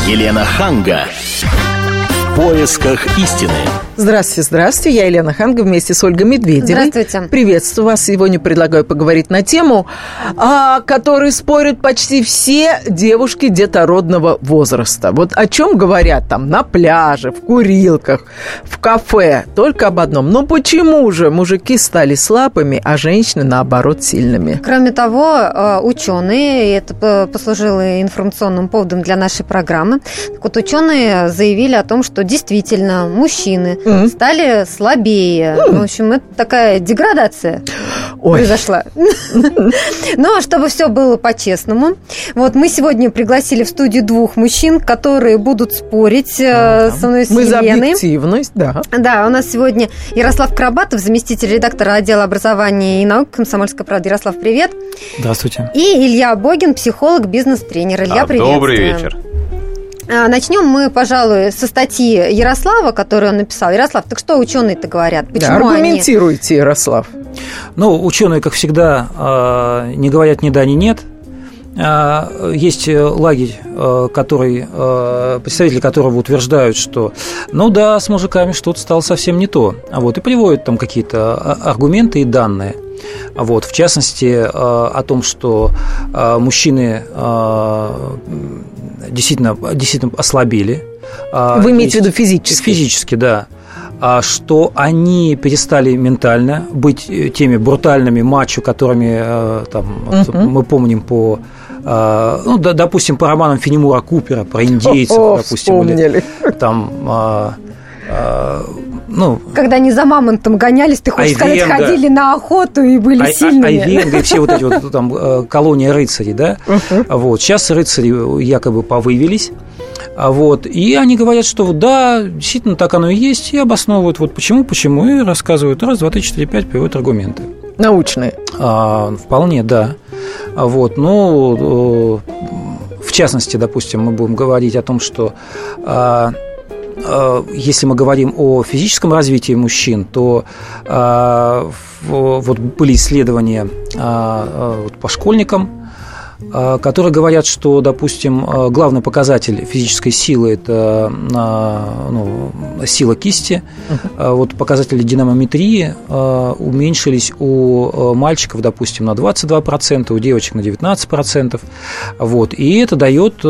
Елена Ханга. В поисках истины. Здравствуйте, я Елена Ханга вместе с Ольгой Медведевой. Здравствуйте. Приветствую вас. Сегодня предлагаю поговорить на тему, о которой спорят почти все девушки детородного возраста. Вот о чем говорят там на пляже, в курилках, в кафе. Только об одном. Но почему же мужики стали слабыми, а женщины, наоборот, сильными? Кроме того, ученые, и это послужило информационным поводом для нашей программы, так вот, ученые заявили о том, что действительно мужчины стали слабее. В общем, это такая деградация произошла. Но чтобы все было по-честному, вот мы сегодня пригласили в студию двух мужчин, которые будут спорить со мной, с Еленой. Мы за объективность, да. Да, у нас сегодня Ярослав Крабатов, заместитель редактора отдела образования и наук «Комсомольской правды». Ярослав, привет. Здравствуйте. И Илья Богин, психолог, бизнес-тренер. Илья, привет. Добрый вечер. Начнем мы, пожалуй, со статьи Ярослава, которую он написал. Ярослав, так что ученые-то говорят? Почему аргументируйте, Ярослав. Ну, ученые, как всегда, не говорят ни да, ни нет. Есть лагерь, представители которого утверждают, что ну да, с мужиками что-то стало совсем не то. Вот, и приводят там какие-то аргументы и данные. Вот, в частности, о том, что мужчины действительно ослабели. Вы имеете в виду физически? Физически, да. Что они перестали ментально быть теми брутальными мачо, которыми мы помним по, допустим, по романам Фенемора Купера, про индейцев, допустим, вспомнили. Или там... Когда они за мамонтом гонялись, ты хочешь сказать, ходили на охоту и были сильными. Айвенго и все вот эти вот там колония рыцарей, да? Вот. Сейчас рыцари якобы повыявились. Вот. И они говорят, что да, действительно так оно и есть, и обосновывают вот почему, и рассказывают раз, два, три, четыре, пять, приводят аргументы. Научные? Вполне, да. Вот. Ну, в частности, допустим, мы будем говорить о том, что если мы говорим о физическом развитии мужчин, то вот были исследования по школьникам, которые говорят, что, допустим, главный показатель физической силы – это сила кисти. Вот показатели динамометрии уменьшились у мальчиков, допустим, на 22%, у девочек на 19%. Вот. И это дает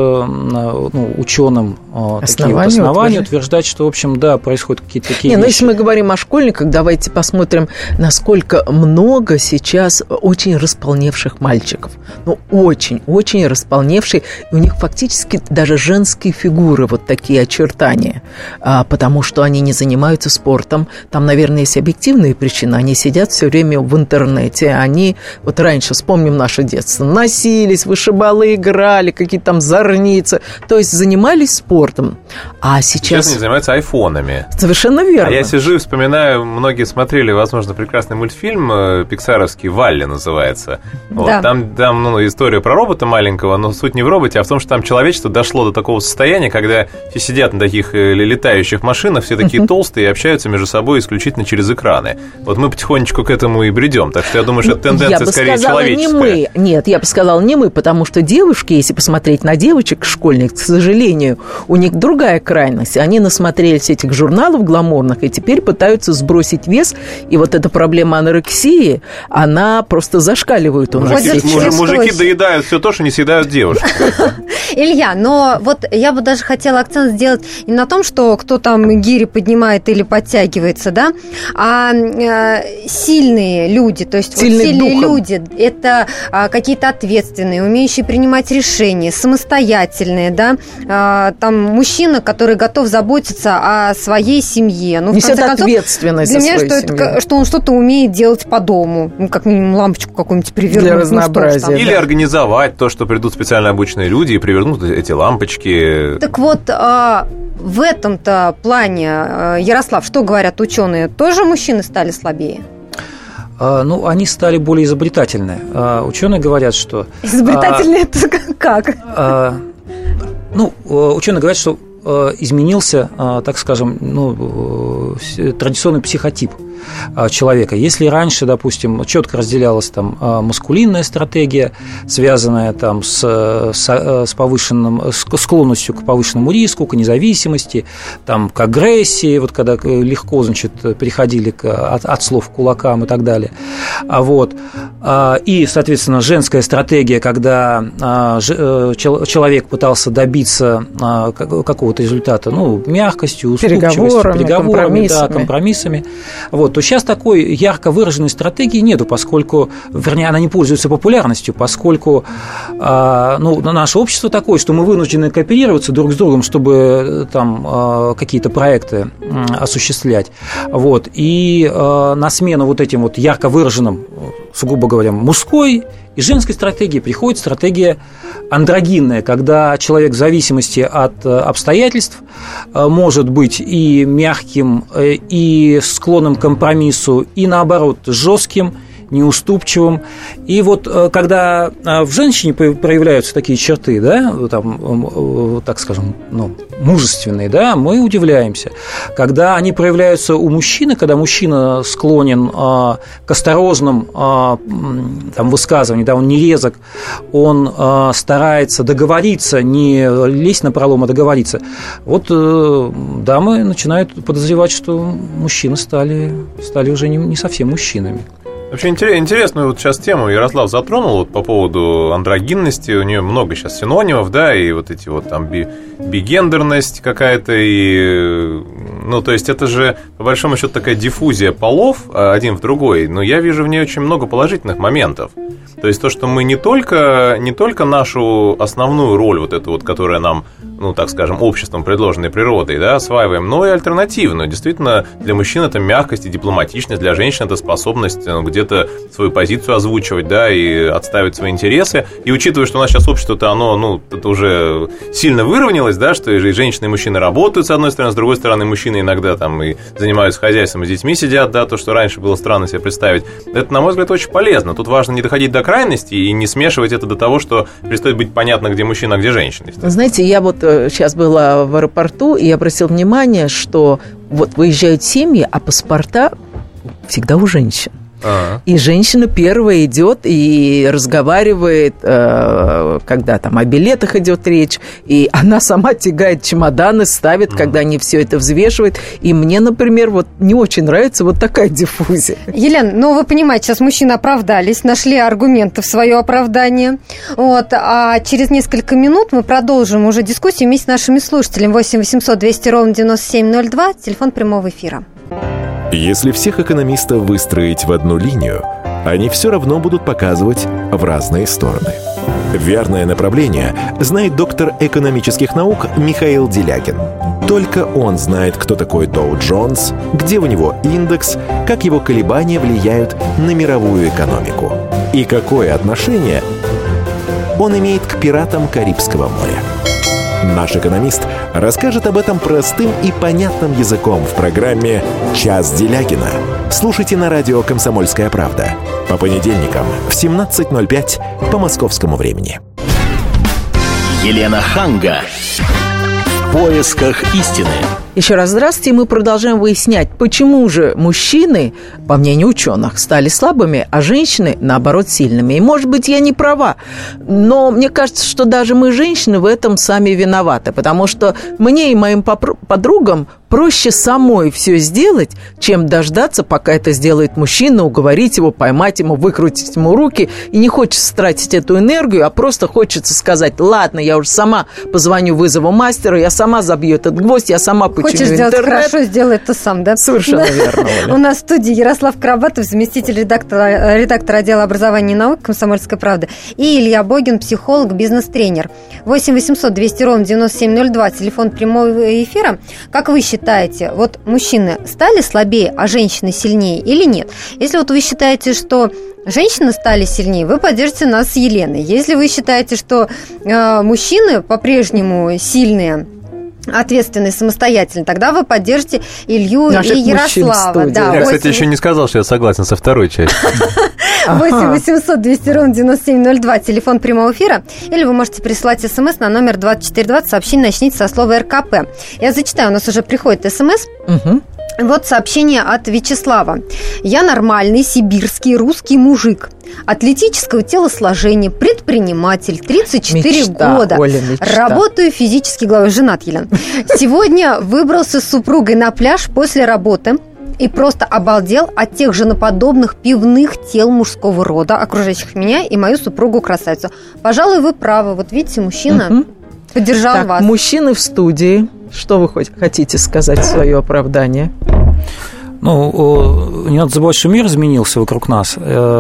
ученым такие основания утверждать, что, в общем, да, происходят какие-то такие вещи. Если мы говорим о школьниках, давайте посмотрим, насколько много сейчас очень располневших мальчиков. Очень располневшие, и у них фактически даже женские фигуры, вот такие очертания, потому что они не занимаются спортом. Там, наверное, есть объективные причины. Они сидят все время в интернете. Они, вот раньше, вспомним наше детство, носились, вышибалы играли, какие-то там зорницы, то есть занимались спортом. А сейчас они занимаются айфонами. Совершенно верно. А я сижу и вспоминаю, многие смотрели, возможно, прекрасный мультфильм пиксаровский «Валли» называется. Вот. Да. Там история про робота маленького, но суть не в роботе, а в том, что там человечество дошло до такого состояния, когда все сидят на таких летающих машинах, все такие толстые и общаются между собой исключительно через экраны. Вот мы потихонечку к этому и бредем. Так что я думаю, что это тенденция скорее человеческая. Нет, я бы сказала не мы, потому что девушки, если посмотреть на девочек школьных, к сожалению, у них другая крайность. Они насмотрелись этих журналов гламурных и теперь пытаются сбросить вес, и вот эта проблема анорексии, она просто зашкаливает у нас. Мужики доедают все то, что не съедают девушки. Илья, но вот я бы даже хотела акцент сделать не на том, что кто там гири поднимает или подтягивается, да, а сильные люди, то есть сильные люди, это какие-то ответственные, умеющие принимать решения, самостоятельные, да, там мужчина, который готов заботиться о своей семье. Ну, несет ответственность за свою семью. Что он что-то умеет делать по дому, как минимум лампочку какую-нибудь перевернуть. Для разнообразия. Или организовать то, что придут специально обученные люди и привернут эти лампочки. Так вот, в этом-то плане, Ярослав, что говорят ученые? Тоже мужчины стали слабее? Они стали более изобретательны. Ученые говорят, что... Изобретательны это как? Ученые говорят, что изменился, так скажем, традиционный психотип. человека. Если раньше, допустим, четко разделялась там маскулинная стратегия, связанная там с повышенным, склонностью к повышенному риску, к независимости, там, к агрессии, вот когда легко, значит, переходили от слов к кулакам и так далее. И, соответственно, женская стратегия, когда человек пытался добиться какого-то результата, мягкостью, уступчивостью, переговорами, компромиссами, то сейчас такой ярко выраженной стратегии нету, поскольку, вернее, она не пользуется популярностью, поскольку наше общество такое, что мы вынуждены кооперироваться друг с другом, чтобы там какие-то проекты осуществлять. И на смену вот этим вот ярко выраженным, сугубо говоря, мужской и женской стратегии приходит стратегия андрогинная, когда человек в зависимости от обстоятельств может быть и мягким, и склонным к компромиссу, и наоборот жестким, неуступчивым. И вот когда в женщине проявляются такие черты, да, там, так скажем, мужественные, да, мы удивляемся. Когда они проявляются у мужчины, когда мужчина склонен к осторожным там, высказываниям, да, он не резок, он старается договориться, не лезть на пролом, а договориться. Дамы начинают подозревать, что мужчины стали уже не совсем мужчинами. Вообще интересную вот сейчас тему Ярослав затронул по поводу андрогинности. У нее много сейчас синонимов, да, и вот эти вот там бигендерность какая-то, и то есть это же по большому счету такая диффузия полов один в другой, но я вижу в ней очень много положительных моментов. То есть то, что мы не только нашу основную роль, вот эту вот, которая нам, так скажем, обществом, предложенной природой, да, осваиваем, но и альтернативную. Действительно, для мужчин это мягкость и дипломатичность, для женщин это способность где-то свою позицию озвучивать, да, и отстаивать свои интересы. И учитывая, что у нас сейчас общество-то, оно, это уже сильно выровнялось, да, что и женщины, и мужчины работают, с одной стороны, с другой стороны, мужчины иногда там и занимаются хозяйством, и с детьми сидят, да, то, что раньше было странно себе представить. Это, на мой взгляд, очень полезно. Тут важно не доходить до крайности и не смешивать это до того, что перестает быть понятно, где мужчина, а где женщина. Знаете, я вот сейчас была в аэропорту и обратила внимание, что вот выезжают семьи, а паспорта всегда у женщин. И женщина первая идет и разговаривает, когда там о билетах идет речь, и она сама тягает чемоданы, ставит, когда они все это взвешивают. И мне, например, вот не очень нравится вот такая диффузия. Елена, вы понимаете, сейчас мужчины оправдались, нашли аргументы в свое оправдание. А через несколько минут мы продолжим уже дискуссию вместе с нашими слушателями. 8 800 200 ровно 9702, телефон прямого эфира. Если всех экономистов выстроить в одну линию, они все равно будут показывать в разные стороны. Верное направление знает доктор экономических наук Михаил Делягин. Только он знает, кто такой Доу Джонс, где у него индекс, как его колебания влияют на мировую экономику и какое отношение он имеет к пиратам Карибского моря. Наш экономист расскажет об этом простым и понятным языком в программе «Час Делягина». Слушайте на радио «Комсомольская правда» по понедельникам в 17:05 по московскому времени. Елена Ханга. В поисках истины. Еще раз здравствуйте. Мы продолжаем выяснять, почему же мужчины, по мнению ученых, стали слабыми, а женщины, наоборот, сильными. И, может быть, я не права, но мне кажется, что даже мы, женщины, в этом сами виноваты, потому что мне и моим подругам проще самой все сделать, чем дождаться, пока это сделает мужчина, уговорить его, поймать ему, выкрутить ему руки. И не хочется тратить эту энергию, а просто хочется сказать: ладно, я уже сама позвоню, вызову мастера, я сама забью этот гвоздь, я сама починю интернет. Хочешь сделать хорошо, сделай это сам, да? Совершенно верно, Оля. У нас в студии Ярослав Карабатов, заместитель редактора отдела образования и наук «Комсомольской правды», и Илья Богин, психолог, бизнес-тренер. 8 800 200 ровно 9702, телефон прямого эфира. Как вы считаете, вот мужчины стали слабее, а женщины сильнее или нет? Если вот вы считаете, что женщины стали сильнее, вы поддержите нас с Еленой. Если вы считаете, что мужчины по-прежнему сильные, ответственный, самостоятельный, тогда вы поддержите Илью и Ярослава. Да, я, кстати, еще не сказал, что я согласен со второй частью. 8 800 200 ровно 9702, телефон прямого эфира. Или вы можете присылать смс на номер 2420, сообщение начните со слова РКП. Я зачитаю, у нас уже приходит смс. Вот сообщение от Вячеслава. Я нормальный сибирский русский мужик. Атлетического телосложения, предприниматель, 34 года. Оля, мечта. Работаю физически главой. Женат, Елена. Сегодня выбрался с супругой на пляж после работы и просто обалдел от тех женоподобных пивных тел мужского рода, окружающих меня и мою супругу-красавицу. Пожалуй, вы правы. Вот видите, мужчина поддержал вас. Мужчины в студии. Что вы хотите сказать в свое оправдание? Ну, не надо забывать, что мир изменился вокруг нас.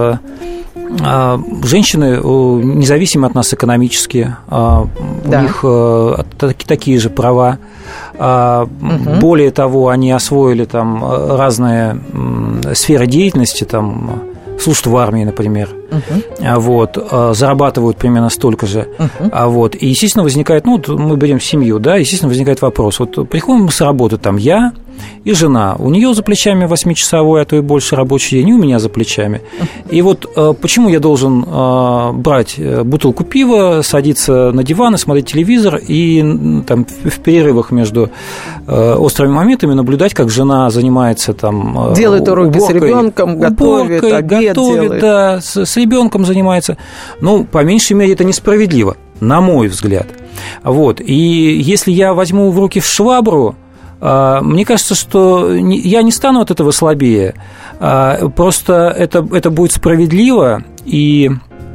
Женщины независимы от нас экономически, у них такие же права. Более того, они освоили там разные сферы деятельности, там, служат в армии, например, зарабатывают примерно столько же. И, естественно, возникает, мы берем семью, да, естественно, возникает вопрос. Вот приходим мы с работы, там, я и жена, у нее за плечами 8-часовой, а то и больше рабочий день, и у меня за плечами. И вот почему я должен брать бутылку пива, садиться на диван и смотреть телевизор, и там в перерывах между острыми моментами наблюдать, как жена занимается там делает уроки уборкой, с ребенком, готовит, обед делает. Да, с ребенком занимается. По меньшей мере, это несправедливо, на мой взгляд. И если я возьму в руки швабру, мне кажется, что я не стану от этого слабее. Просто это будет справедливо, и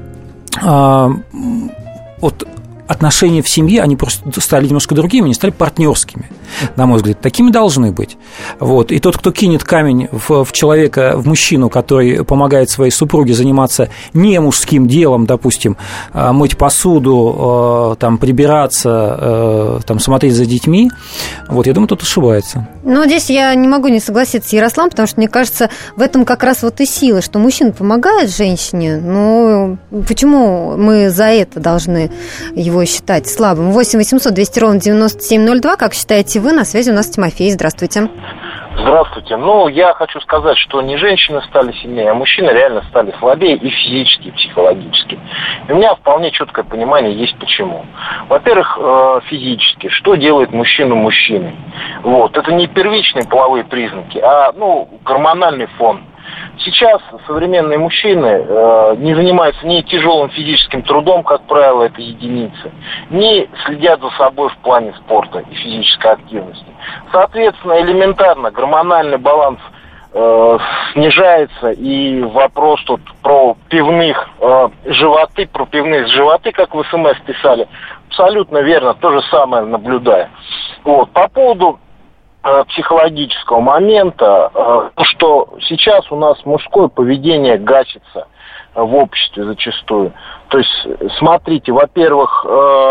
отношения в семье, они просто стали немножко другими, они стали партнерскими, на мой взгляд. Такими должны быть. И тот, кто кинет камень в человека, в мужчину, который помогает своей супруге заниматься не мужским делом, допустим, мыть посуду, там, прибираться, там, смотреть за детьми, я думаю, тот ошибается. Здесь я не могу не согласиться с Ярославом, потому что, мне кажется, в этом как раз и сила, что мужчина помогает женщине, почему мы за это должны его считать слабым? 8 800 200 ровно 9702. Как считаете вы? На связи у нас Тимофей. Здравствуйте. Здравствуйте. Я хочу сказать, что не женщины стали сильнее, а мужчины реально стали слабее и физически, и психологически. И у меня вполне четкое понимание есть почему. Во-первых, физически. Что делает мужчину мужчиной? Это не первичные половые признаки, а гормональный фон. Сейчас современные мужчины не занимаются ни тяжелым физическим трудом, как правило, это единицы, ни следят за собой в плане спорта и физической активности. Соответственно, элементарно гормональный баланс снижается, и вопрос тут про пивные животы, как в СМС писали, абсолютно верно, то же самое наблюдаю. По поводу психологического момента, что сейчас у нас мужское поведение гасится в обществе зачастую. То есть, смотрите, во-первых,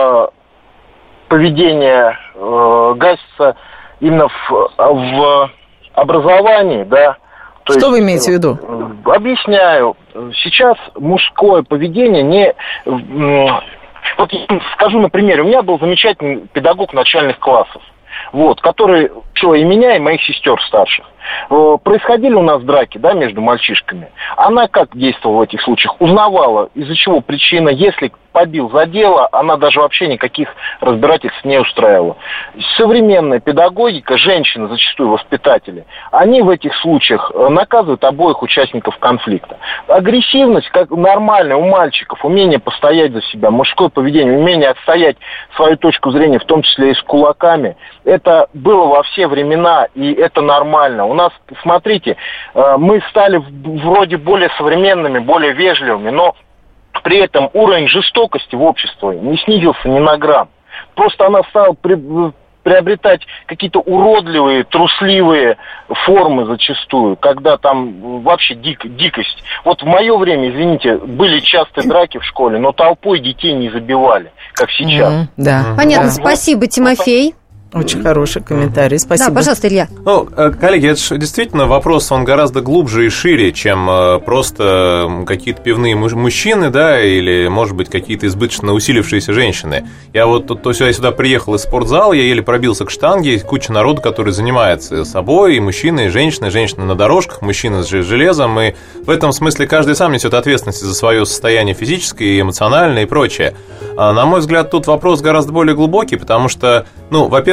поведение гасится именно в образовании, да. Что вы имеете в виду? Объясняю. Сейчас мужское поведение не... Скажу на примере. У меня был замечательный педагог начальных классов, который учил и меня, и моих сестер старших. Происходили у нас драки, да, между мальчишками. Она как действовала в этих случаях? Узнавала, из-за чего причина. Если побил за дело, она даже вообще никаких разбирательств не устраивала. Современная педагогика, женщины, зачастую воспитатели, они в этих случаях наказывают обоих участников конфликта. Агрессивность, как нормальная у мальчиков, умение постоять за себя, мужское поведение, умение отстоять свою точку зрения, в том числе и с кулаками, это было во все времена, и это нормально. У нас, смотрите, мы стали вроде более современными, более вежливыми, но при этом уровень жестокости в обществе не снизился ни на грамм. Просто она стала приобретать какие-то уродливые, трусливые формы зачастую, когда там вообще дикость. В мое время, извините, были частые драки в школе, но толпой детей не забивали, как сейчас. Да. Понятно, спасибо, Тимофей. Очень хороший комментарий, спасибо. Да, пожалуйста, Илья. Коллеги, это же действительно вопрос, он гораздо глубже и шире, чем просто какие-то пивные мужчины, да, или, может быть, какие-то избыточно усилившиеся женщины. Я я сюда приехал из спортзала, я еле пробился к штанге, есть куча народу, который занимается собой, и мужчины, и женщины на дорожках, мужчины с железом, и в этом смысле каждый сам несет ответственность за свое состояние физическое и эмоциональное и прочее. На мой взгляд, тут вопрос гораздо более глубокий, потому что, во-первых,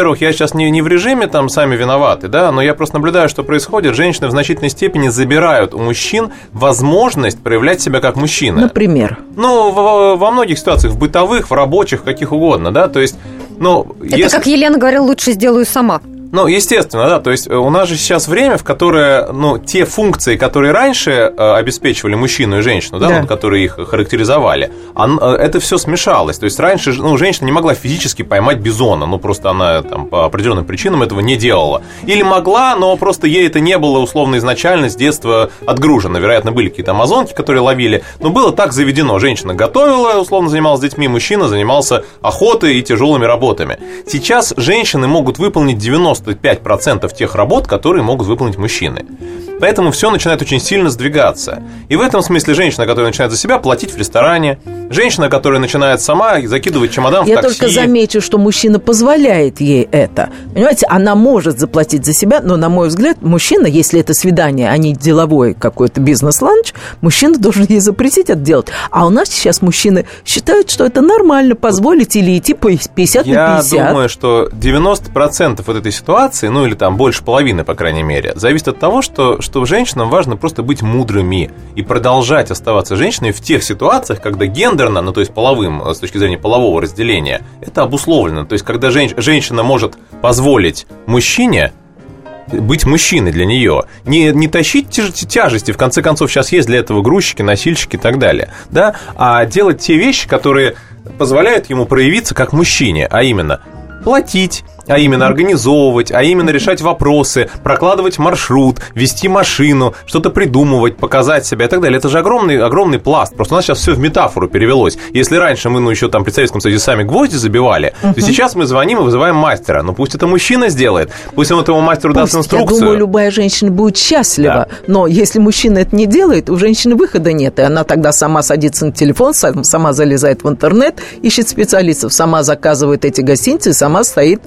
во-первых, я сейчас не в режиме там сами виноваты, да, но я просто наблюдаю, что происходит. Женщины в значительной степени забирают у мужчин возможность проявлять себя как мужчины. Например? Ну, во многих ситуациях, в бытовых, в рабочих, каких угодно, да, то есть, ну... Это, как Елена говорила, лучше сделаю сама. Ну, естественно, да, то есть у нас же сейчас время, в которое, ну, те функции, которые раньше обеспечивали мужчину и женщину, да, вот, которые их характеризовали, это все смешалось. То есть раньше, ну, женщина не могла физически поймать бизона, ну, просто она там по определенным причинам этого не делала. Или могла, но просто ей это не было условно изначально с детства отгружено. Вероятно, были какие-то амазонки, которые ловили, но было так заведено. Женщина готовила, условно занималась с детьми, мужчина занимался охотой и тяжелыми работами. Сейчас женщины могут выполнить 95% тех работ, которые могут выполнить мужчины. Поэтому все начинает очень сильно сдвигаться. И в этом смысле женщина, которая начинает за себя платить в ресторане, женщина, которая начинает сама закидывать чемодан в такси. Я только замечу, что мужчина позволяет ей это. Понимаете, она может заплатить за себя, но, на мой взгляд, мужчина, если это свидание, а не деловой какой-то бизнес-ланч, мужчина должен ей запретить это делать. А у нас сейчас мужчины считают, что это нормально, позволить или идти по 50 на 50. Я думаю, что 90% от этой ситуации, ну или там больше половины, по крайней мере, зависит от того, что женщинам важно просто быть мудрыми и продолжать оставаться женщиной в тех ситуациях, когда гендерно, ну то есть половым, с точки зрения полового разделения, это обусловлено. То есть когда женщина может позволить мужчине быть мужчиной для нее, не тащить тяжести, в конце концов, сейчас есть для этого грузчики, носильщики и так далее, да, а делать те вещи, которые позволяют ему проявиться как мужчине, а именно платить, а именно организовывать, а именно решать вопросы, прокладывать маршрут, вести машину, что-то придумывать, показать себя и так далее. Это же огромный пласт. Просто у нас сейчас все в метафору перевелось. Если раньше мы, еще там при Советском Союзе сами гвозди забивали, то сейчас мы звоним и вызываем мастера. Ну пусть это мужчина сделает, пусть он этому мастеру даст инструкцию. Я думаю, любая женщина будет счастлива. Да. Но если мужчина это не делает, у женщины выхода нет. И она тогда сама садится на телефон, сама залезает в интернет, ищет специалистов, сама заказывает эти гостиницы, сама стоит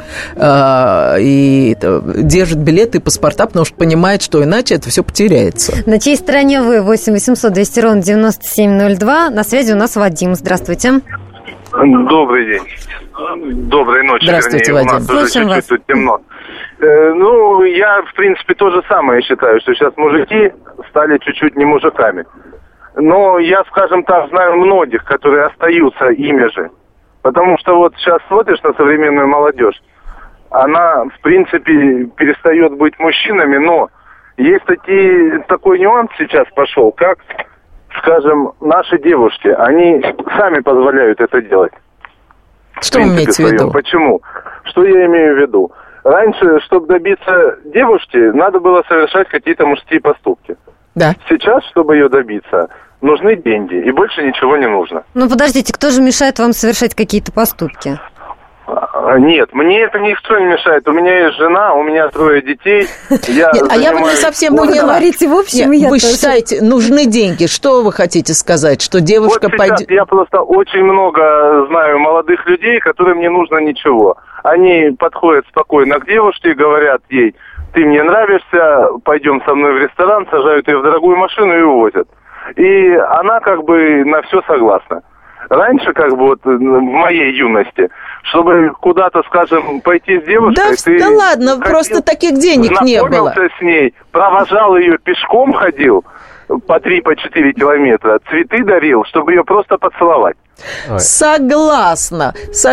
и держит билеты и паспорта, потому что понимает, что иначе это все потеряется. На чьей стороне вы? 8 800 200 ровно 9702. На связи у нас Вадим. Здравствуйте. Добрый день. Доброй ночи. Здравствуйте, вернее, Вадим. У нас уже чуть-чуть тут темно. Ну, я, в принципе, то же самое считаю, что сейчас мужики стали чуть-чуть не мужиками. Но я, скажем так, знаю многих, которые остаются ими же. Потому что вот сейчас смотришь на современную молодежь, она, в принципе, перестает быть мужчинами, но есть такой нюанс сейчас пошел, как, скажем, наши девушки, они сами позволяют это делать. Что вы имеете в виду? Почему? Что я имею в виду? Раньше, чтобы добиться девушки, надо было совершать какие-то мужские поступки. Да. Сейчас, чтобы ее добиться, нужны деньги, и больше ничего не нужно. Ну, подождите, кто же мешает вам совершать какие-то поступки? Нет, мне это никто не мешает. У меня есть жена, у меня 3 детей. Я вот не совсем поняла. Говорите, в общем, вы считаете, нужны деньги. Что вы хотите сказать? Что девушка вот пойдет... Я просто очень много знаю молодых людей, которым не нужно ничего. Они подходят спокойно к девушке и говорят ей: ты мне нравишься, пойдем со мной в ресторан, сажают ее в дорогую машину и увозят. И она как бы на все согласна. Раньше, как бы вот в моей юности, чтобы куда-то, скажем, пойти с девушкой... Да ладно, просто таких денег не было. Знакомился с ней, провожал ее, пешком ходил по 3-4 километра, цветы дарил, чтобы ее просто поцеловать. Ой. Согласна,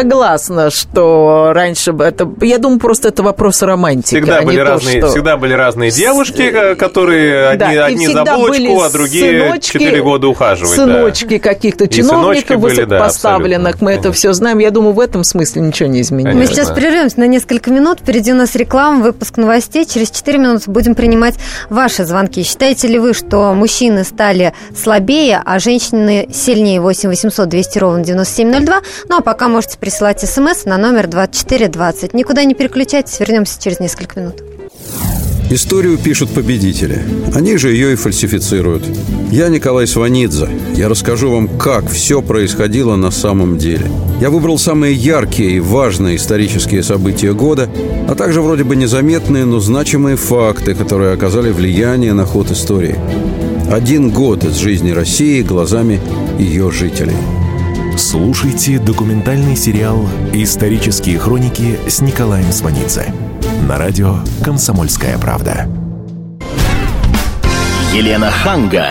что раньше это, я думаю, просто это вопрос романтики. Всегда были разные девушки, которые одни за булочку, а другие 4 года ухаживают. Сыночки каких-то чиновников высокопоставленных, мы это все знаем. Я думаю, в этом смысле ничего не изменилось. Мы сейчас прервемся на несколько минут. Впереди у нас реклама, выпуск новостей. Через 4 минуты будем принимать ваши звонки. Считаете ли вы, что мужчины стали слабее, а женщины сильнее? 8 800 200 ровно 9702. Ну, а пока можете присылать смс на номер 2420. Никуда не переключайтесь, вернемся через несколько минут. Историю пишут победители. Они же ее и фальсифицируют. Я Николай Сванидзе. Я расскажу вам, как все происходило на самом деле. Я выбрал самые яркие и важные исторические события года, а также вроде бы незаметные, но значимые факты, которые оказали влияние на ход истории. 1 год из жизни России глазами ее жителей. Слушайте документальный сериал «Исторические хроники» с Николаем Сванидзе на радио «Комсомольская правда». Елена Ханга.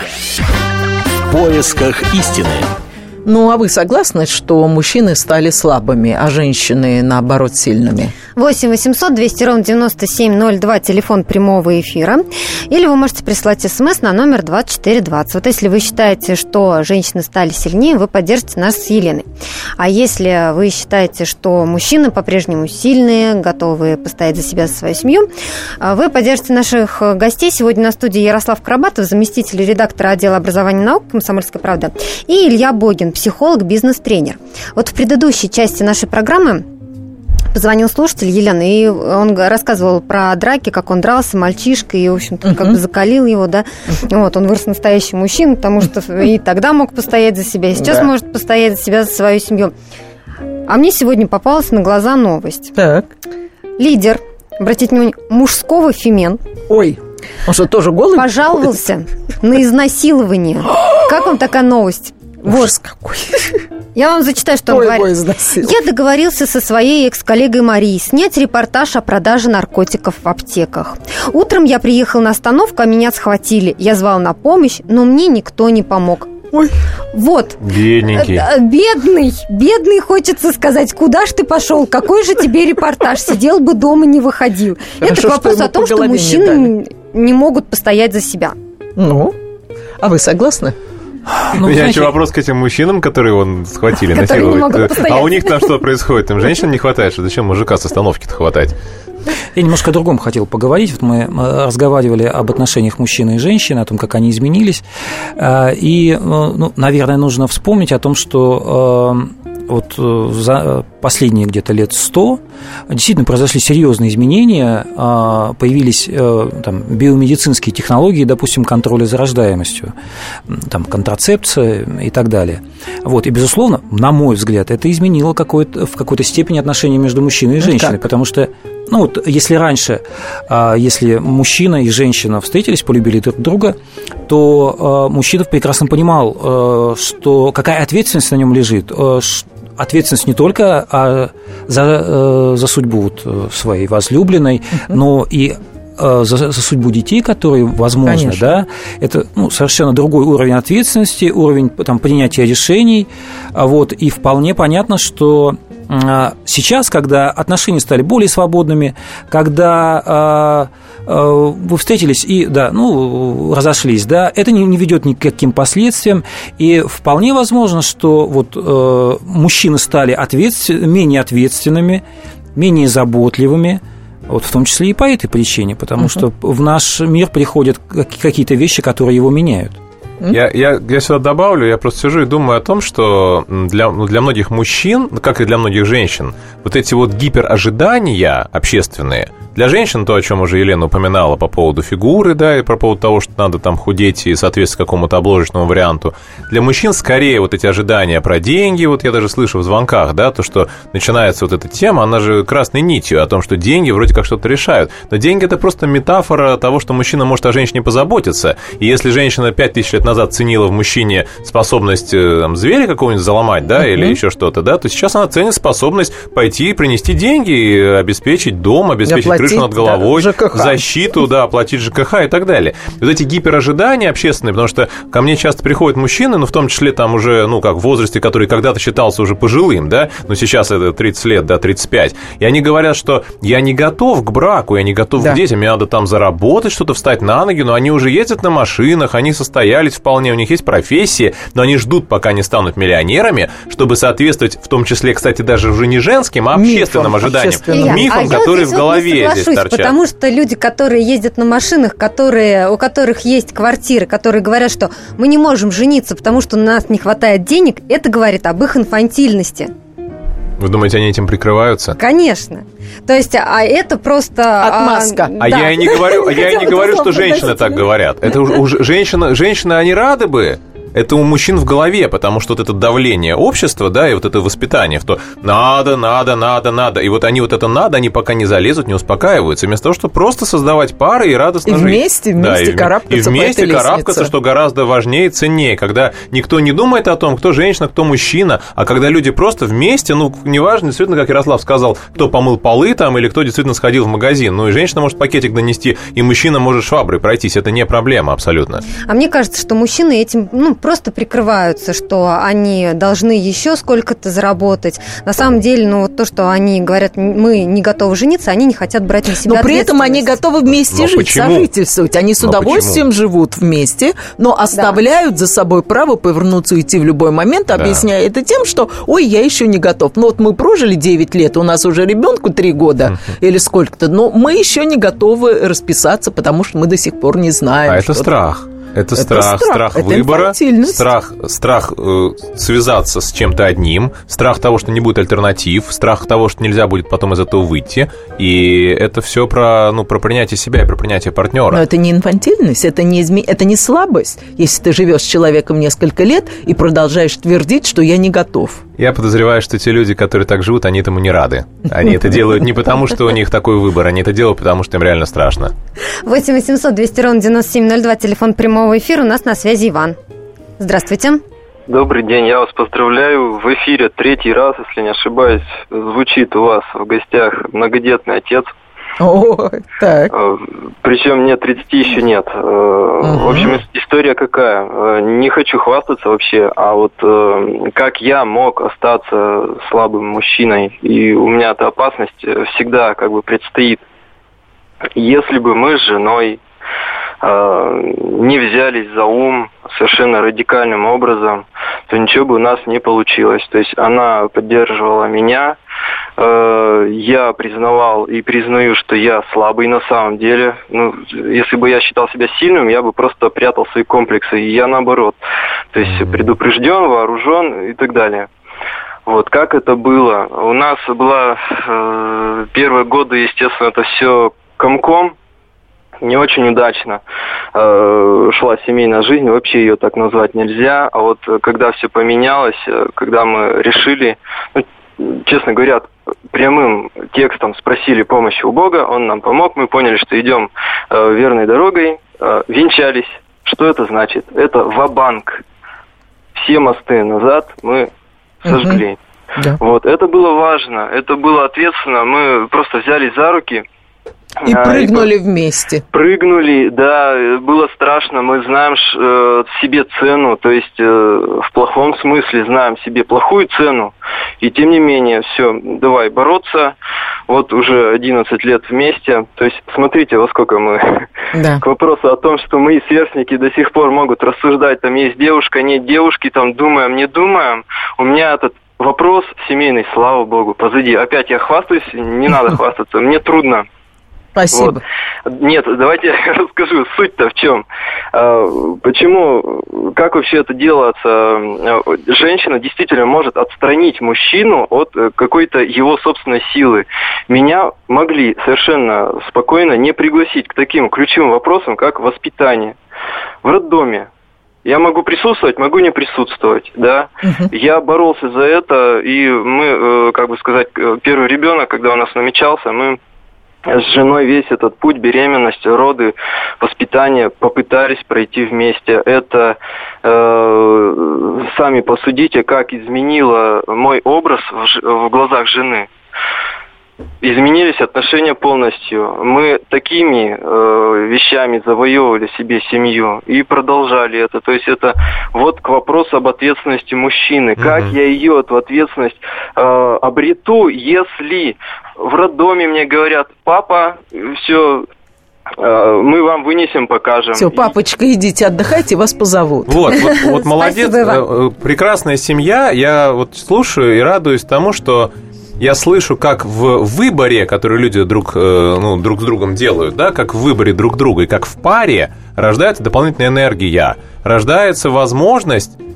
В поисках истины. Ну, а вы согласны, что мужчины стали слабыми, а женщины, наоборот, сильными? 8 800 200 ровно 9702, телефон прямого эфира. Или вы можете прислать смс на номер 2420. Вот если вы считаете, что женщины стали сильнее, вы поддержите нас с Еленой. А если вы считаете, что мужчины по-прежнему сильные, готовы постоять за себя, за свою семью, вы поддержите наших гостей. Сегодня на студии Ярослав Карабатов, заместитель редактора отдела образования и наук «Комсомольской правды», и Илья Богин, психолог, бизнес-тренер. Вот в предыдущей части нашей программы позвонил слушатель Елена, и он рассказывал про драки, как он дрался, мальчишка, и, в общем-то, как бы закалил его, да. Вот, он вырос настоящим мужчиной, потому что и тогда мог постоять за себя, и сейчас может постоять за себя, за свою семью. А мне сегодня попалась на глаза новость. Так. Лидер, обратите внимание, мужского фемен. Ой, он что, тоже голый? Пожаловался на изнасилование. Как вам такая новость? Ужас какой. Я вам зачитаю, что он говорит. Я договорился со своей экс-коллегой Марией снять репортаж о продаже наркотиков в аптеках. Утром я приехал на остановку, а меня схватили. Я звал на помощь, но мне никто не помог. Ой. Вот. Бедненький. Бедный, хочется сказать. Куда ж ты пошел? Какой же тебе репортаж? Сидел бы дома, не выходил. Хорошо, это вопрос о том, что мужчины не могут постоять за себя. Ну, а вы согласны? Ну, я еще вопрос к этим мужчинам, которые вон схватили, насиловали. А у них там что происходит? Им женщин не хватает? Что зачем мужика с остановки-то хватать? Я немножко о другом хотел поговорить. Вот мы разговаривали об отношениях мужчины и женщины, о том, как они изменились. И, ну, наверное, нужно вспомнить о том, что вот за последние где-то лет 100 действительно произошли серьезные изменения, появились там биомедицинские технологии, допустим, контроля за рождаемостью, там, контрацепция и так далее. Вот, и, безусловно, на мой взгляд, это изменило в какой-то степени отношения между мужчиной и женщиной, потому что, ну, вот, если раньше, если мужчина и женщина встретились, полюбили друг друга, то мужчина прекрасно понимал, что какая ответственность на нем лежит, ответственность не только за судьбу вот своей возлюбленной, но и за судьбу детей, которые, возможно, конечно, да, это, ну, совершенно другой уровень ответственности, уровень там, принятия решений, вот, и вполне понятно, что сейчас, когда отношения стали более свободными, когда вы встретились и, да, ну, разошлись, да, это не ведет ни к каким последствиям, и вполне возможно, что вот мужчины стали менее ответственными, менее заботливыми, вот в том числе и по этой причине, потому что в наш мир приходят какие-то вещи, которые его меняют. Я сюда добавлю, я просто сижу и думаю о том, что для многих мужчин, как и для многих женщин, вот эти вот гиперожидания общественные, для женщин то, о чем уже Елена упоминала по поводу фигуры, да, и по поводу того, что надо там худеть и соответствовать какому-то обложечному варианту, для мужчин скорее вот эти ожидания про деньги, вот я даже слышу в звонках, да, то, что начинается вот эта тема, она же красной нитью о том, что деньги вроде как что-то решают, но деньги – это просто метафора того, что мужчина может о женщине позаботиться, и если женщина 5000 лет назад ценила в мужчине способность там, зверя какого-нибудь заломать, да, или еще что-то, да, то сейчас она ценит способность пойти и принести деньги, и обеспечить дом, обеспечить крышу над головой, да, защиту, да, оплатить ЖКХ и так далее. Вот эти гиперожидания общественные, потому что ко мне часто приходят мужчины, ну, в том числе там уже, ну, как в возрасте, который когда-то считался уже пожилым, да, но сейчас это 30 лет, да, 35, и они говорят, что я не готов к браку, я не готов к детям, мне надо там заработать, что-то встать на ноги, но они уже ездят на машинах, они состоялись вполне, у них есть профессии, но они ждут, пока не станут миллионерами, чтобы соответствовать, в в том числе, кстати, даже уже не женским, а общественным ожиданиям, мифам, которые в голове здесь торчат. Потому что люди, которые ездят на машинах, у которых есть квартиры, которые говорят, что мы не можем жениться, потому что у нас не хватает денег, это говорит об их инфантильности. Вы думаете, они этим прикрываются? Конечно. То есть, а это просто... Отмазка. Да. Я и не говорю, что женщины так говорят. Это уже женщины, они рады бы. это у мужчин в голове, потому что вот это давление общества, да, и вот это воспитание, что надо, и вот они вот это надо, они пока не залезут, не успокаиваются, вместо того, чтобы просто создавать пары и радостно жить. Вместе карабкаться и вместе карабкаться, что гораздо важнее и ценнее, когда никто не думает о том, кто женщина, кто мужчина, а когда люди просто вместе, ну, неважно, действительно, как Ярослав сказал, кто помыл полы там, или кто действительно сходил в магазин, ну, и женщина может пакетик донести, и мужчина может шваброй пройтись, это не проблема абсолютно. А мне кажется, что мужчины этим, просто прикрываются, что они должны еще сколько-то заработать. На самом деле, вот то, что они говорят, мы не готовы жениться, они не хотят брать на себя ответственность. Но при этом они готовы вместе жить, сожительствовать. Они с удовольствием живут вместе, но оставляют за собой право повернуться и уйти в любой момент, объясняя это тем, что, ой, я еще не готов. Ну, вот мы прожили 9 лет, у нас уже ребенку 3 года или сколько-то, но мы еще не готовы расписаться, потому что мы до сих пор не знаем. А это страх. Это страх выбора, страх связаться с чем-то одним, страх того, что не будет альтернатив, страх того, что нельзя будет потом из этого выйти. И это все про принятие себя и про принятие партнера. Но это не инфантильность, это не слабость, если ты живешь с человеком несколько лет и продолжаешь твердить, что я не готов. Я подозреваю, что те люди, которые так живут, они этому не рады. Они это делают не потому, что у них такой выбор, они это делают, потому что им реально страшно. 8 800 200 ровно 9702, телефон прямого эфира. У нас на связи Иван. Здравствуйте. Добрый день, я вас поздравляю. В эфире 3-й раз, если не ошибаюсь, звучит у вас в гостях многодетный отец. О, так. Причем мне 30 еще нет. В общем, история какая? Не хочу хвастаться вообще, а вот как я мог остаться слабым мужчиной, и у меня эта опасность всегда предстоит. Если бы мы с женой не взялись за ум совершенно радикальным образом, то ничего бы у нас не получилось. То есть она поддерживала меня, я признавал и признаю, что я слабый на самом деле. Если бы я считал себя сильным, я бы просто прятал свои комплексы, и я наоборот. То есть предупрежден, вооружен и так далее. Вот, как это было? У нас была первые годы, естественно, это все комком. Не очень удачно шла семейная жизнь, вообще ее так назвать нельзя. А вот когда все поменялось, когда мы решили, честно говоря, прямым текстом спросили помощи у Бога, Он нам помог, мы поняли, что идем верной дорогой, венчались. Что это значит? Это ва-банк. Все мосты назад мы сожгли. Да. Вот, это было важно, это было ответственно, мы просто взялись за руки. И прыгнули вместе. Прыгнули, да, было страшно. Мы знаем себе цену, то есть в плохом смысле знаем себе плохую цену. И тем не менее, все, давай бороться. Вот уже 11 лет вместе. То есть смотрите, во сколько мы... Да. К вопросу о том, что мои сверстники до сих пор могут рассуждать, там есть девушка, нет девушки, там думаем, не думаем. У меня этот вопрос семейный, слава богу, позади. Опять я хвастаюсь, не надо хвастаться, мне трудно. Спасибо. Вот. Нет, давайте я расскажу, суть-то в чем. Почему, как вообще это делается? Женщина действительно может отстранить мужчину от какой-то его собственной силы. Меня могли совершенно спокойно не пригласить к таким ключевым вопросам, как воспитание. В роддоме я могу присутствовать, могу не присутствовать, да. Я боролся за это, и мы, первый ребенок, когда у нас намечался, мы с женой весь этот путь, беременность, роды, воспитание попытались пройти вместе. Это сами посудите, как изменило мой образ в глазах жены. Изменились отношения полностью. Мы такими вещами завоевывали себе семью и продолжали это. То есть это вот к вопросу об ответственности мужчины. Как я ее, эту ответственность, обрету, если в роддоме мне говорят: папа, все, мы вам вынесем, покажем. Все, папочка, идите отдыхайте, вас позовут. Вот молодец, прекрасная семья. Я вот слушаю и радуюсь тому, что я слышу, как в выборе, который люди друг с другом делают, да, как в выборе друг друга и как в паре рождается дополнительная энергия, рождается возможность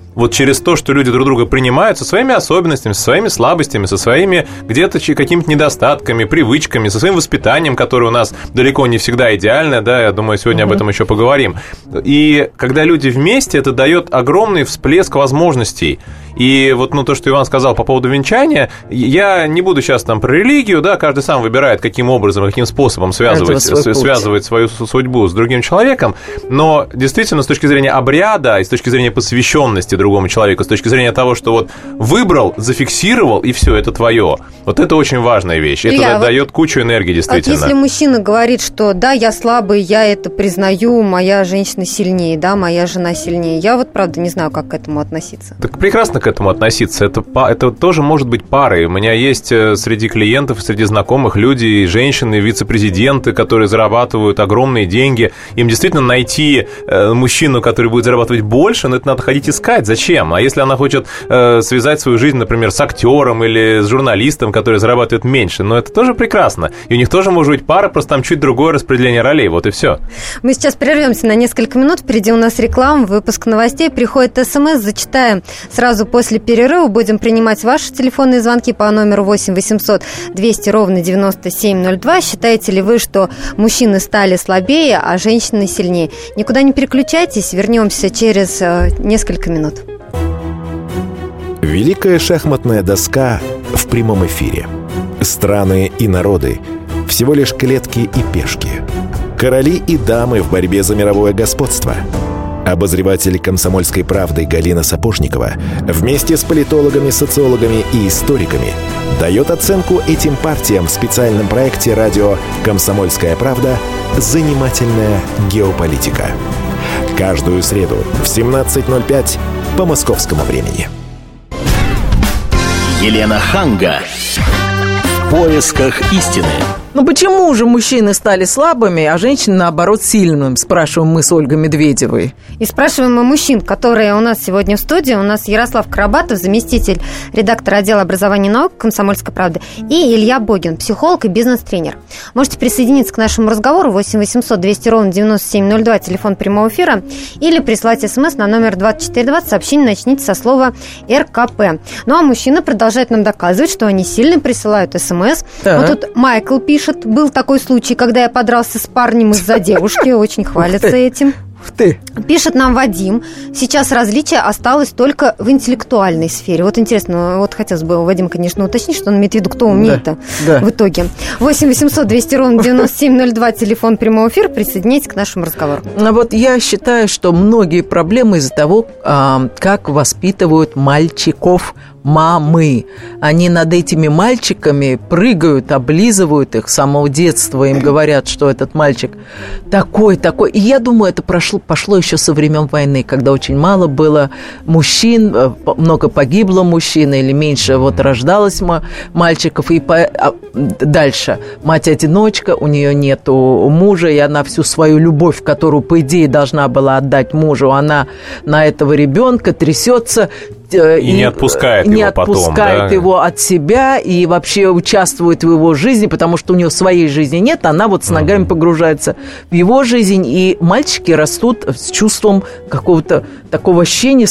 вот через то, что люди друг друга принимают со своими особенностями, со своими слабостями, со своими где-то какими-то недостатками, привычками, со своим воспитанием, которое у нас далеко не всегда идеальное, да, я думаю, сегодня об этом еще поговорим. И когда люди вместе, это дает огромный всплеск возможностей. И вот, то, что Иван сказал по поводу венчания, я не буду сейчас там про религию, да, каждый сам выбирает, каким образом, каким способом связывать свою судьбу с другим человеком, но действительно, с точки зрения обряда и с точки зрения посвященности другому человеку, с точки зрения того, что вот выбрал, зафиксировал, и все, это твое. Вот это очень важная вещь. Это дает кучу энергии, действительно. Вот если мужчина говорит, что да, я слабый, я это признаю, моя женщина сильнее, да, моя жена сильнее, я вот, правда, не знаю, как к этому относиться. Так прекрасно к этому относиться. Это тоже может быть парой. У меня есть среди клиентов, среди знакомых люди, женщины, вице-президенты, которые зарабатывают огромные деньги. Им действительно найти мужчину, который будет зарабатывать больше, но это надо ходить искать. Зачем? А если она хочет связать свою жизнь, например, с актером или с журналистом, который зарабатывает меньше, это тоже прекрасно. И у них тоже может быть пара, просто там чуть другое распределение ролей. Вот и все. Мы сейчас прервемся на несколько минут. Впереди у нас реклама, выпуск новостей. Приходит СМС, зачитаем сразу после перерыва. Будем принимать ваши телефонные звонки по номеру 8 800 200 ровно 9702. Считаете ли вы, что мужчины стали слабее, а женщины сильнее? Никуда не переключайтесь. Вернемся через несколько минут. Великая шахматная доска в прямом эфире. Страны и народы – всего лишь клетки и пешки. Короли и дамы в борьбе за мировое господство. Обозреватель «Комсомольской правды» Галина Сапожникова вместе с политологами, социологами и историками дает оценку этим партиям в специальном проекте радио «Комсомольская правда. Занимательная геополитика». Каждую среду в 17:05 по московскому времени. Елена Ханга. В поисках истины. Почему же мужчины стали слабыми, а женщины, наоборот, сильными? Спрашиваем мы с Ольгой Медведевой. И спрашиваем мы мужчин, которые у нас сегодня в студии. У нас Ярослав Карабатов, заместитель редактора отдела образования и наук «Комсомольской правды», и Илья Богин, психолог и бизнес-тренер. Можете присоединиться к нашему разговору 8 800 200 ровно 9702, телефон прямого эфира, или прислать смс на номер 2420, сообщение начните со слова РКП. А мужчины продолжают нам доказывать, что они сильно присылают смс. Вот тут Майкл пишет: был такой случай, когда я подрался с парнем из-за девушки. Очень хвалятся этим. Пишет нам Вадим: сейчас различие осталось только в интеллектуальной сфере. Вот интересно, хотелось бы Вадим, конечно, уточнить, что он имеет в виду, кто умнее-то в итоге. 8 800 200 ровно 9702, телефон прямого эфира. Присоединяйтесь к нашему разговору. Я считаю, что многие проблемы из-за того, как воспитывают мальчиков мамы. Они над этими мальчиками прыгают, облизывают их с самого детства. Им говорят, что этот мальчик такой. И я думаю, это пошло еще со времен войны, когда очень мало было мужчин, много погибло мужчин или меньше рождалось мальчиков. И дальше мать-одиночка, у нее нету мужа, и она всю свою любовь, которую, по идее, должна была отдать мужу, она на этого ребенка трясется, и не отпускает его от себя и вообще участвует в его жизни, потому что у него своей жизни нет, она с ногами погружается в его жизнь, и мальчики растут с чувством какого-то такого ощущения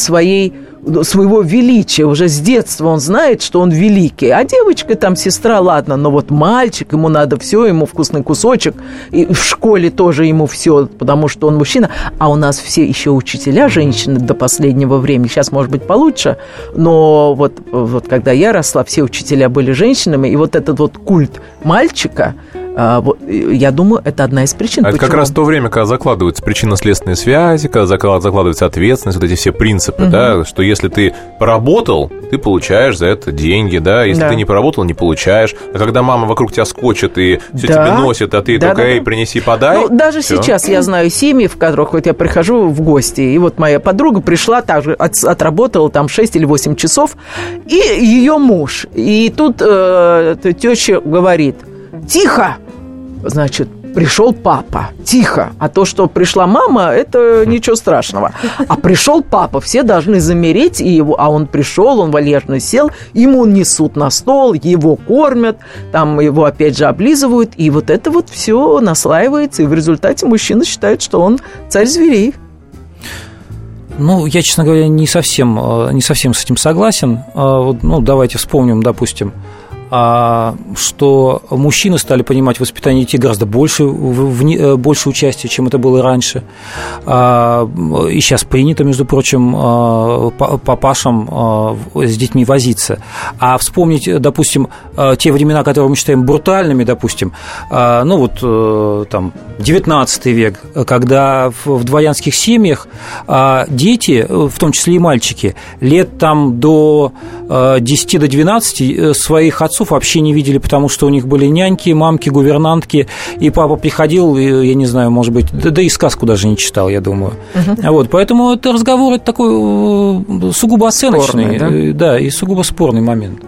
своего величия. Уже с детства он знает, что он великий. А девочка там, сестра, ладно, но мальчик, ему надо все, ему вкусный кусочек. И в школе тоже ему все, потому что он мужчина. А у нас все еще учителя женщины до последнего времени. Сейчас, может быть, получше. Но когда я росла, все учителя были женщинами. И этот культ мальчика, я думаю, это одна из причин. Это как раз то время, когда закладываются причинно-следственные связи, когда закладывается ответственность, эти все принципы, да, что если ты поработал, ты получаешь за это деньги, да, если ты не поработал, не получаешь. А когда мама вокруг тебя скочит и все тебе носит, а ты только принеси, подай. Даже сейчас я знаю семьи, в которых я прихожу в гости, и моя подруга пришла, также отработала там 6 или 8 часов, и ее муж. И тут теща говорит: тихо! Значит, пришел папа. Тихо. А то, что пришла мама, это ничего страшного. А пришел папа, все должны замереть, а он пришел, он вальяжно сел, ему несут на стол, его кормят, там его опять же облизывают, и это все наслаивается, и в результате мужчина считает, что он царь зверей. Ну, я, честно говоря, не совсем с этим согласен. Ну, давайте вспомним, допустим, что мужчины стали понимать в воспитании детей гораздо больше участия, чем это было раньше. И сейчас принято, между прочим, папашам с детьми возиться. А вспомнить, допустим, те времена, которые мы считаем брутальными, допустим, ну вот там 19 век, когда в дворянских семьях дети, в том числе и мальчики, лет там до 10 до 12 своих отцов вообще не видели, потому что у них были няньки, мамки, гувернантки, и папа приходил, я не знаю, может быть, да и сказку даже не читал, я думаю. Вот, поэтому это разговор это такой сугубо оценочный, спорный, да, и сугубо спорный момент.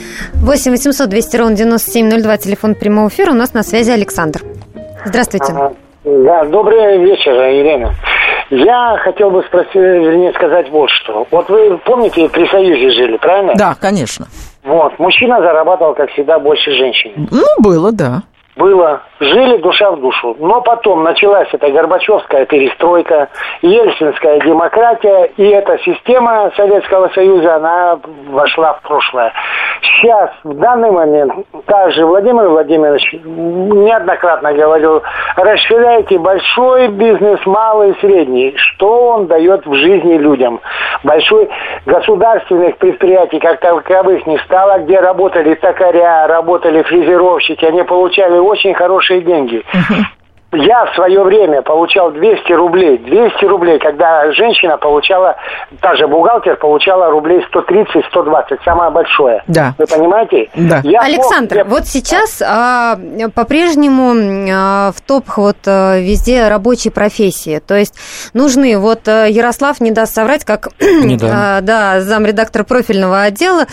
8 800 200 ровно 9702, телефон прямого эфира. У нас на связи Александр. Здравствуйте. Да, добрый вечер, Елена. Я хотел бы сказать вот что. Вот вы помните, при Союзе жили, правильно? Да, конечно. Вот, мужчина зарабатывал, как всегда, больше женщин. Ну, было, да. Было. Жили душа в душу. Но потом началась эта Горбачевская перестройка, ельцинская демократия, и эта система Советского Союза, она вошла в прошлое. Сейчас, в данный момент, также Владимир Владимирович неоднократно говорил, расширяйте большой бизнес, малый, средний. Что он дает в жизни людям? Большой государственных предприятий, как таковых, не стало, где работали токаря, работали фрезеровщики, они получали очень хорошие деньги. Я в свое время получал 200 рублей. 200 рублей, когда женщина получала, та же бухгалтер получала рублей 130-120, самое большое. Да. Вы понимаете? Да. Александр, вот сейчас по-прежнему в топах вот везде рабочие профессии. То есть нужны, вот Ярослав не даст соврать, как замредактор профильного отдела,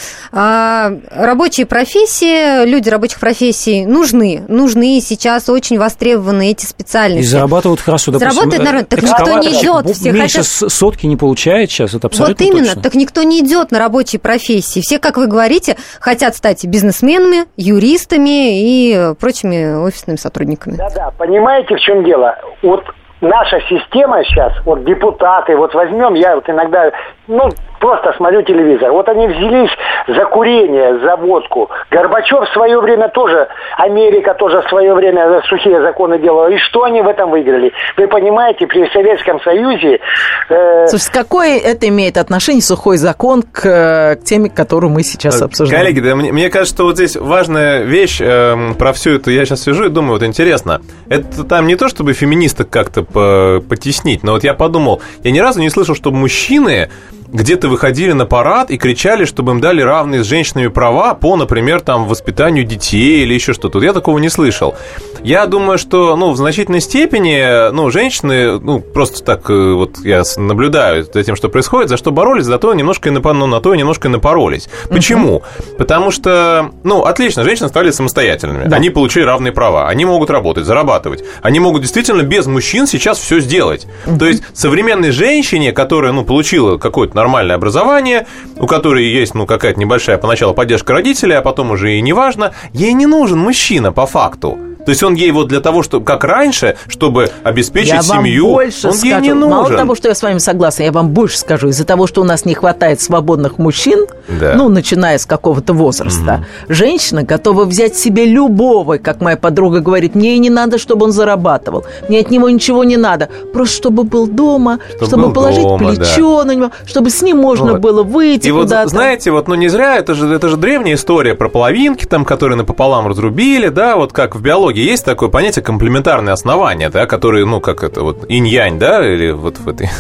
рабочие профессии, люди рабочих профессий нужны сейчас очень востребованы эти специальности. И зарабатывают хорошо. Зарабатывает народ, так никто не идет. Все меньше сотки не получает сейчас, это абсолютно вот именно, точно. Так никто не идет на рабочие профессии. Все, как вы говорите, хотят стать бизнесменами, юристами и прочими офисными сотрудниками. Да, понимаете, в чем дело? Вот наша система сейчас, вот депутаты, вот возьмем, я вот иногда, просто смотрю телевизор. Вот они взялись за курение, за водку. Горбачев в свое время тоже, Америка тоже в свое время сухие законы делала. И что они в этом выиграли? Вы понимаете, при Советском Союзе... Слушайте, какое это имеет отношение, сухой закон, к теме, которую мы сейчас обсуждаем? Коллеги, да, мне кажется, что вот здесь важная вещь про всю эту... Я сейчас сижу и думаю, вот интересно, это там не то, чтобы феминисток как-то потеснить, но вот я подумал, я ни разу не слышал, чтобы мужчины где-то выходили на парад и кричали, чтобы им дали равные с женщинами права по, например, там, воспитанию детей или еще что-то. Я такого не слышал. Я думаю, что, в значительной степени, женщины, просто так вот я наблюдаю за тем, что происходит, за что боролись, на то немножко и напоролись. Почему? Потому что, отлично, женщины стали самостоятельными. Да. Они получили равные права. Они могут работать, зарабатывать. Они могут действительно без мужчин сейчас все сделать. То есть современной женщине, которая, получила какое-то нормальное образование, у которой есть, какая-то небольшая поначалу поддержка родителей, а потом уже и не важно, ей не нужен мужчина по факту. То есть он ей вот для того, чтобы, как раньше, чтобы обеспечить семью, он ей не нужен. Мало того, что я с вами согласна, я вам больше скажу. Из-за того, что у нас не хватает свободных мужчин, начиная с какого-то возраста, женщина готова взять себе любого, как моя подруга говорит, мне и не надо, чтобы он зарабатывал, мне от него ничего не надо, просто чтобы был дома, чтобы положить плечо на него, чтобы с ним можно было выйти и куда-то. Вот, знаете, не зря, это же древняя история про половинки, там, которые напополам разрубили, да, вот как в биологии есть такое понятие комплементарные основания, да, которые, как это, вот инь-янь, да, или вот в этой,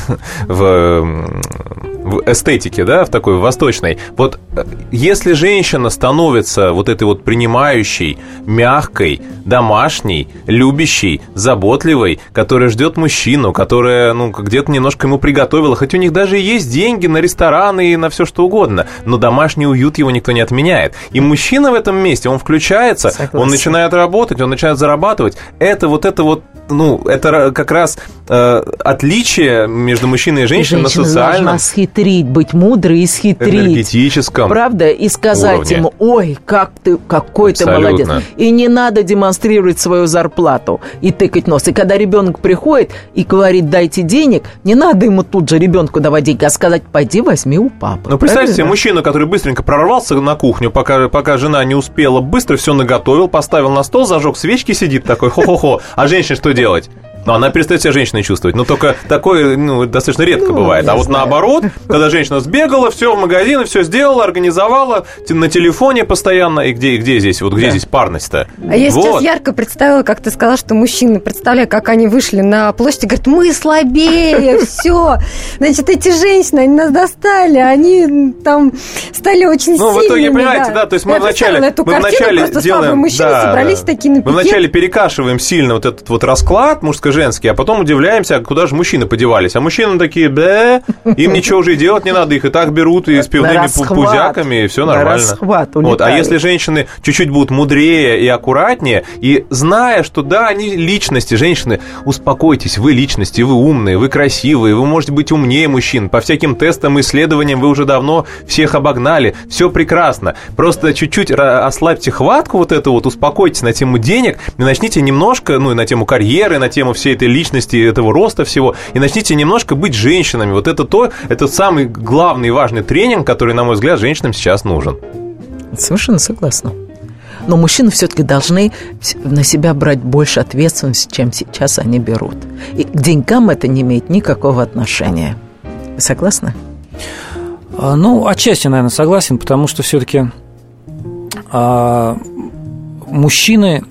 в эстетике, да, в такой восточной. Вот если женщина становится вот этой вот принимающей, мягкой, домашней, любящей, заботливой, которая ждет мужчину, которая, где-то немножко ему приготовила, хоть у них даже и есть деньги на рестораны и на все что угодно, но домашний уют его никто не отменяет. И мужчина в этом месте, он включается, он начинает работать, он начинает зарабатывать. Это как раз отличие между мужчиной и женщиной на социальном. Женщина должна исхитрить, быть мудрой, исхитрить. Энергетическом. Правда? И сказать уровне. ему, ой, какой ты молодец. И не надо демонстрировать свою зарплату и тыкать нос. И когда ребенок приходит и говорит, дайте денег, не надо ему тут же ребенку давать деньги, а сказать, пойди возьми у папы. Ну, представьте себе мужчину, который быстренько прорвался на кухню, пока жена не успела, быстро все наготовил, поставил на стол, зажег свечки, сидит такой, хо-хо-хо. А женщине что делать? Ну, она перестает себя женщиной чувствовать. Но только такое, достаточно редко бывает. А вот наоборот, когда женщина сбегала, все в магазин, все сделала, организовала, на телефоне постоянно. И где здесь? Вот где здесь парность-то? А я сейчас ярко представила, как ты сказала, что мужчины, представляю, как они вышли на площадь и говорят, мы слабее, все. Значит, эти женщины, они нас достали, они там стали очень сильными. Ну, в итоге, понимаете, да, то есть мы вначале делаем... Мужчины собрались такие на пикет. Мы вначале перекашиваем сильно вот этот вот расклад мужско-женский, а потом удивляемся, куда же мужчины подевались. А мужчины такие, им ничего уже и делать не надо, их и так берут и с пивными пузяками, и все нормально. Вот. А если женщины чуть-чуть будут мудрее и аккуратнее, и зная, что да, они личности, женщины, успокойтесь, вы личности, вы умные, вы красивые, вы можете быть умнее мужчин. По всяким тестам и исследованиям вы уже давно всех обогнали, все прекрасно. Просто чуть-чуть ослабьте хватку вот эту вот, успокойтесь на тему денег и начните немножко, и на тему карьеры, на тему всей этой личности, этого роста всего, и начните немножко быть женщинами. Вот это самый главный и важный тренинг, который, на мой взгляд, женщинам сейчас нужен. Совершенно согласна. Но мужчины все-таки должны на себя брать больше ответственности, чем сейчас они берут. И к деньгам это не имеет никакого отношения. Вы согласны? Ну, отчасти, наверное, согласен, потому что все-таки мужчины...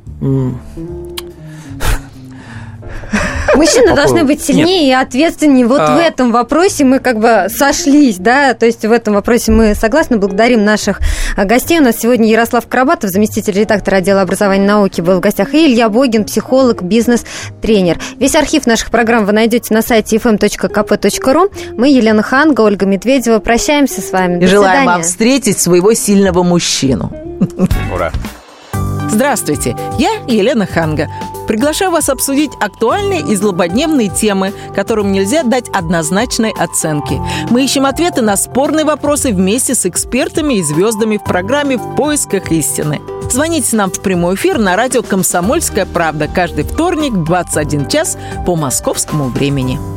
Мужчины должны быть сильнее и ответственнее. Вот в этом вопросе мы как бы сошлись, да, то есть в этом вопросе мы согласны. Благодарим наших гостей. У нас сегодня Ярослав Карабатов, заместитель редактора отдела образования и науки, был в гостях, и Илья Богин, психолог, бизнес-тренер. Весь архив наших программ вы найдете на сайте fm.kp.ru. Мы, Елена Ханга, Ольга Медведева, прощаемся с вами. И желаем вам встретить своего сильного мужчину. Ура! Здравствуйте, я Елена Ханга. Приглашаю вас обсудить актуальные и злободневные темы, которым нельзя дать однозначной оценки. Мы ищем ответы на спорные вопросы вместе с экспертами и звездами в программе «В поисках истины». Звоните нам в прямой эфир на радио «Комсомольская правда» каждый вторник в 21 час по московскому времени.